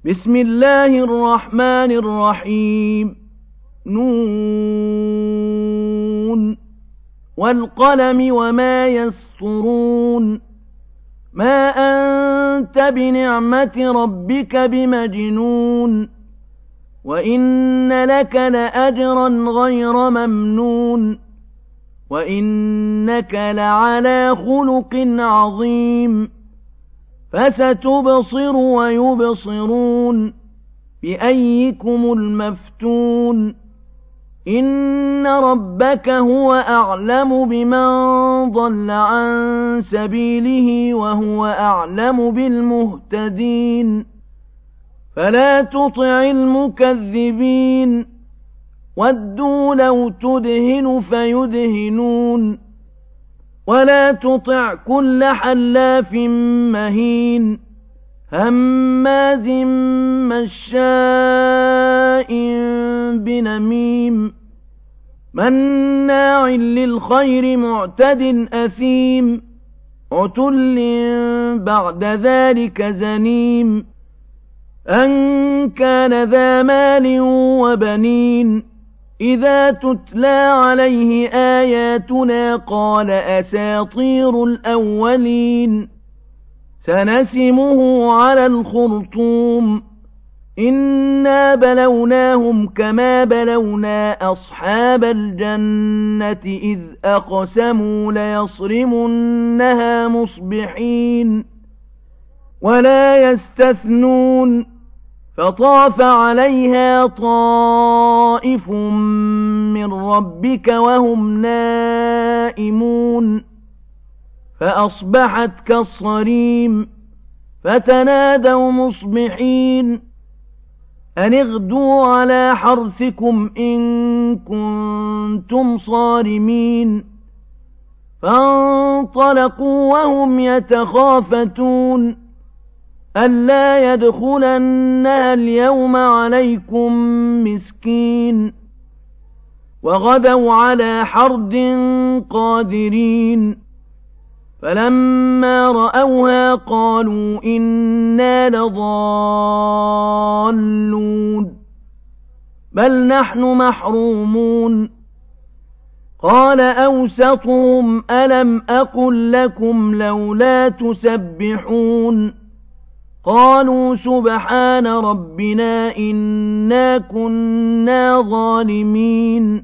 بسم الله الرحمن الرحيم نون والقلم وما يسطرون ما أنت بنعمة ربك بمجنون وإن لك لأجرا غير ممنون وإنك لعلى خلق عظيم فستبصر ويبصرون بأيكم المفتون إن ربك هو أعلم بمن ضل عن سبيله وهو أعلم بالمهتدين فلا تطع المكذبين ودوا لو تدهن فيدهنون ولا تطع كل حلاف مهين هماز مشاء بنميم مناع للخير معتد أثيم عتل بعد ذلك زنيم أن كان ذا مال وبنين إذا تتلى عليه آياتنا قال أساطير الأولين سنسمه على الخرطوم إنا بلوناهم كما بلونا أصحاب الجنة إذ أقسموا ليصرمنها مصبحين ولا يستثنون فطاف عليها طائف من ربك وهم نائمون فأصبحت كالصريم فتنادوا مصبحين أن اغدوا على حرثكم إن كنتم صارمين فانطلقوا وهم يتخافتون ألا يدخلنها اليوم عليكم مسكين وغدوا على حرد قادرين فلما رأوها قالوا إنا لضالون بل نحن محرومون قال أوسطهم ألم أقل لكم لولا تسبحون قالوا سبحان ربنا إنا كنا ظالمين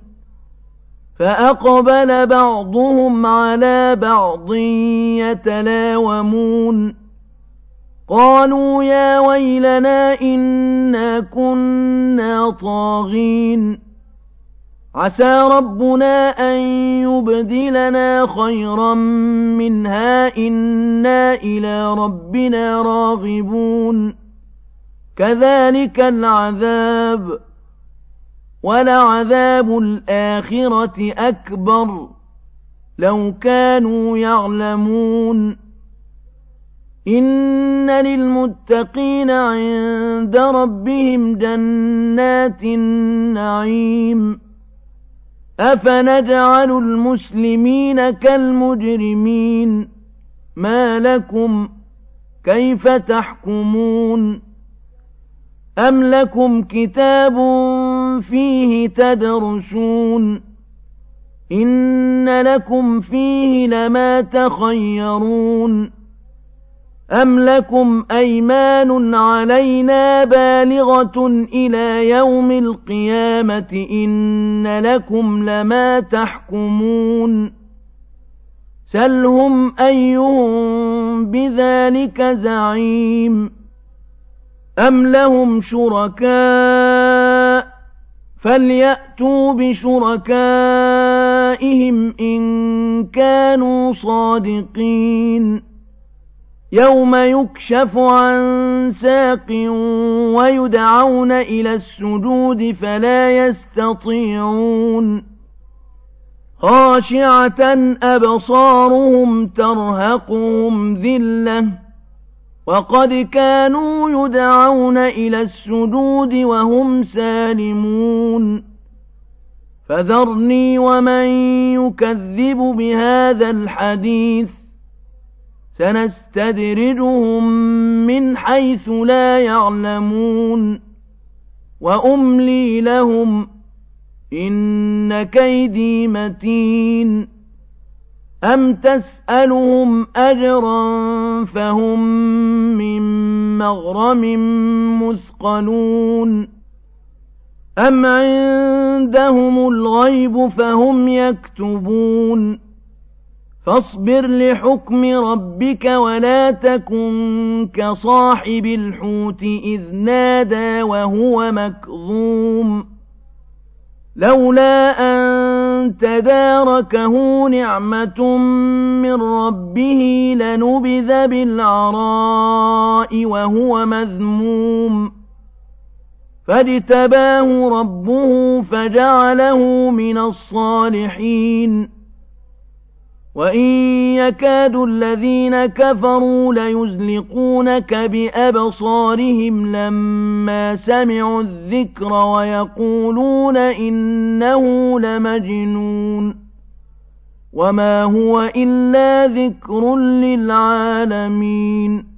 فأقبل بعضهم على بعض يتلاومون قالوا يا ويلنا إنا كنا طاغين عسى ربنا أن يبدلنا خيرا منها إنا إلى ربنا راغبون كذلك العذاب ولعذاب الآخرة أكبر لو كانوا يعلمون إن للمتقين عند ربهم جنات النعيم أفنجعل المسلمين كالمجرمين ما لكم كيف تحكمون أم لكم كتاب فيه تدرسون إن لكم فيه لما تخيرون أم لكم أيمان علينا بالغة إلى يوم القيامة إن لكم لما تحكمون سلهم أيهم بذلك زعيم أم لهم شركاء فليأتوا بشركائهم إن كانوا صادقين يوم يكشف عن ساق ويدعون إلى السجود فلا يستطيعون خاشعة أبصارهم ترهقهم ذلة وقد كانوا يدعون إلى السجود وهم سالمون فذرني ومن يكذب بهذا الحديث سنستدرجهم من حيث لا يعلمون وأملي لهم إن كيدي متين أم تسألهم أجرا فهم من مغرم مثقلون أم عندهم الغيب فهم يكتبون فاصبر لحكم ربك ولا تكن كصاحب الحوت إذ نادى وهو مكظوم لولا أن تداركه نعمة من ربه لنبذ بالعراء وهو مذموم فاجتباه ربه فجعله من الصالحين وإن يكاد الذين كفروا ليزلقونك بأبصارهم لما سمعوا الذكر ويقولون إنه لمجنون وما هو إلا ذكر للعالمين